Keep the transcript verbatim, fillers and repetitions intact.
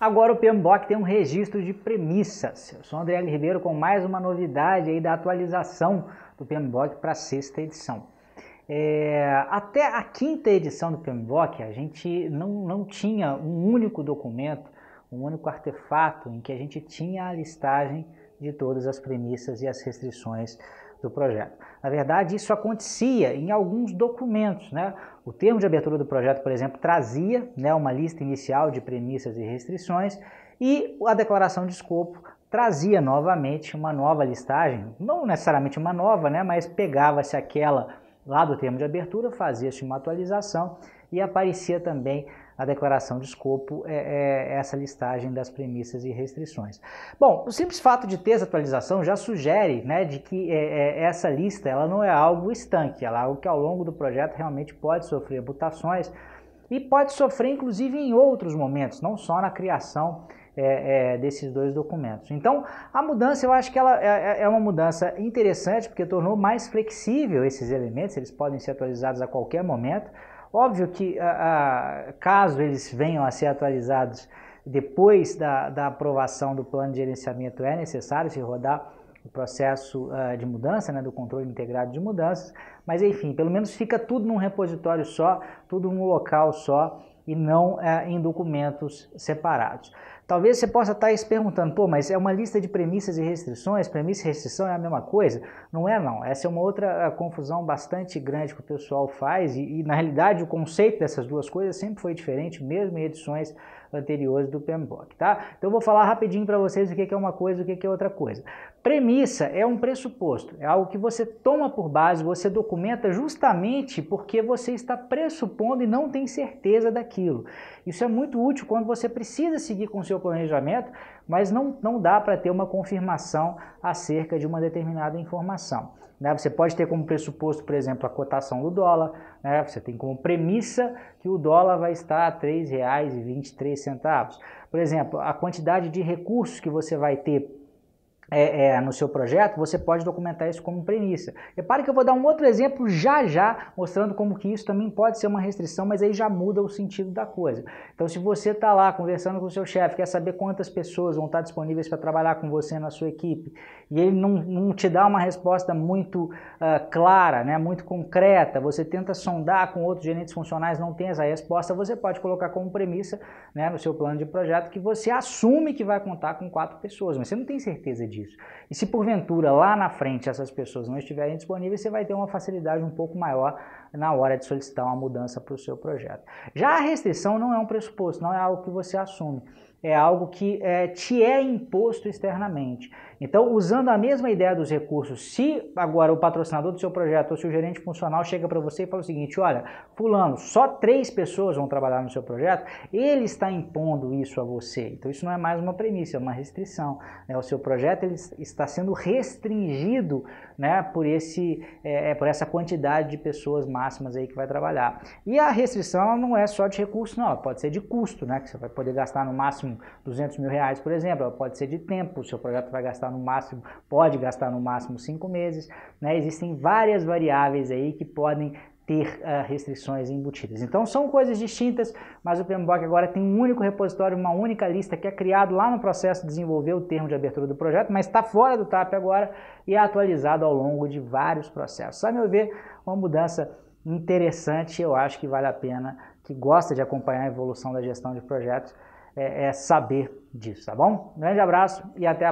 Agora o PMBOK tem um registro de premissas. Eu sou André L. Ribeiro com mais uma novidade aí da atualização do PMBOK para a sexta edição. É, até a quinta edição do PMBOK a gente não, não tinha um único documento, um único artefato em que a gente tinha a listagem de todas as premissas e as restrições do projeto. Na verdade, isso acontecia em alguns documentos, né? O termo de abertura do projeto, por exemplo, trazia, né, uma lista inicial de premissas e restrições, e a declaração de escopo trazia novamente uma nova listagem, não necessariamente uma nova, né, mas pegava-se aquela lá do termo de abertura, fazia-se uma atualização e aparecia também a declaração de escopo, é, é, essa listagem das premissas e restrições. Bom, o simples fato de ter essa atualização já sugere, né, de que é, é, essa lista ela não é algo estanque, ela é algo que ao longo do projeto realmente pode sofrer mutações e pode sofrer inclusive em outros momentos, não só na criação É, é, desses dois documentos. Então, a mudança, eu acho que ela é, é uma mudança interessante, porque tornou mais flexível esses elementos, eles podem ser atualizados a qualquer momento. Óbvio que, a, a, caso eles venham a ser atualizados depois da, da aprovação do plano de gerenciamento, é necessário se rodar o processo uh, de mudança, né, do controle integrado de mudanças, mas enfim, pelo menos fica tudo num repositório só, tudo num local só, e não é, em documentos separados. Talvez você possa estar se perguntando, pô, mas é uma lista de premissas e restrições, premissa e restrição é a mesma coisa? Não é não, essa é uma outra a, confusão bastante grande que o pessoal faz e, e na realidade o conceito dessas duas coisas sempre foi diferente, mesmo em edições anteriores do PMBOK, tá? Então eu vou falar rapidinho para vocês o que é uma coisa e o que é outra coisa. Premissa é um pressuposto, é algo que você toma por base, você documenta justamente porque você está pressupondo e não tem certeza daquilo. Isso é muito útil quando você precisa seguir com o seu planejamento, mas não, não dá para ter uma confirmação acerca de uma determinada informação. Né? Você pode ter como pressuposto, por exemplo, a cotação do dólar, né? Você tem como premissa que o dólar vai estar a três reais e vinte e três centavos. Por exemplo, a quantidade de recursos que você vai ter É, é, no seu projeto, você pode documentar isso como premissa. Repare que eu vou dar um outro exemplo já já, mostrando como que isso também pode ser uma restrição, mas aí já muda o sentido da coisa. Então, se você está lá conversando com o seu chefe, quer saber quantas pessoas vão estar disponíveis para trabalhar com você na sua equipe, e ele não, não te dá uma resposta muito uh, clara, né, muito concreta, você tenta sondar com outros gerentes funcionais, não tem essa resposta, você pode colocar como premissa, né, no seu plano de projeto que você assume que vai contar com quatro pessoas, mas você não tem certeza disso. E se porventura lá na frente essas pessoas não estiverem disponíveis, você vai ter uma facilidade um pouco maior na hora de solicitar uma mudança para o seu projeto. Já a restrição não é um pressuposto, não é algo que você assume, é algo que é, te é imposto externamente. Então, usando a mesma ideia dos recursos, se agora o patrocinador do seu projeto ou se o gerente funcional chega para você e fala o seguinte, olha, fulano, só três pessoas vão trabalhar no seu projeto, ele está impondo isso a você. Então, isso não é mais uma premissa, é uma restrição. Né? O seu projeto ele está sendo restringido, né, por, esse, é, por essa quantidade de pessoas máximas aí que vai trabalhar. E a restrição não é só de recurso, não, ela pode ser de custo, né, que você vai poder gastar no máximo duzentos mil reais, por exemplo, ela pode ser de tempo, o seu projeto vai gastar no máximo, pode gastar no máximo cinco meses, né? Existem várias variáveis aí que podem ter uh, restrições embutidas. Então são coisas distintas, mas o PMBOK agora tem um único repositório, uma única lista que é criado lá no processo de desenvolver o termo de abertura do projeto, mas está fora do T A P agora e é atualizado ao longo de vários processos. A meu ver, uma mudança interessante, eu acho que vale a pena, que gosta de acompanhar a evolução da gestão de projetos, é, é saber disso, tá bom? Um grande abraço e até a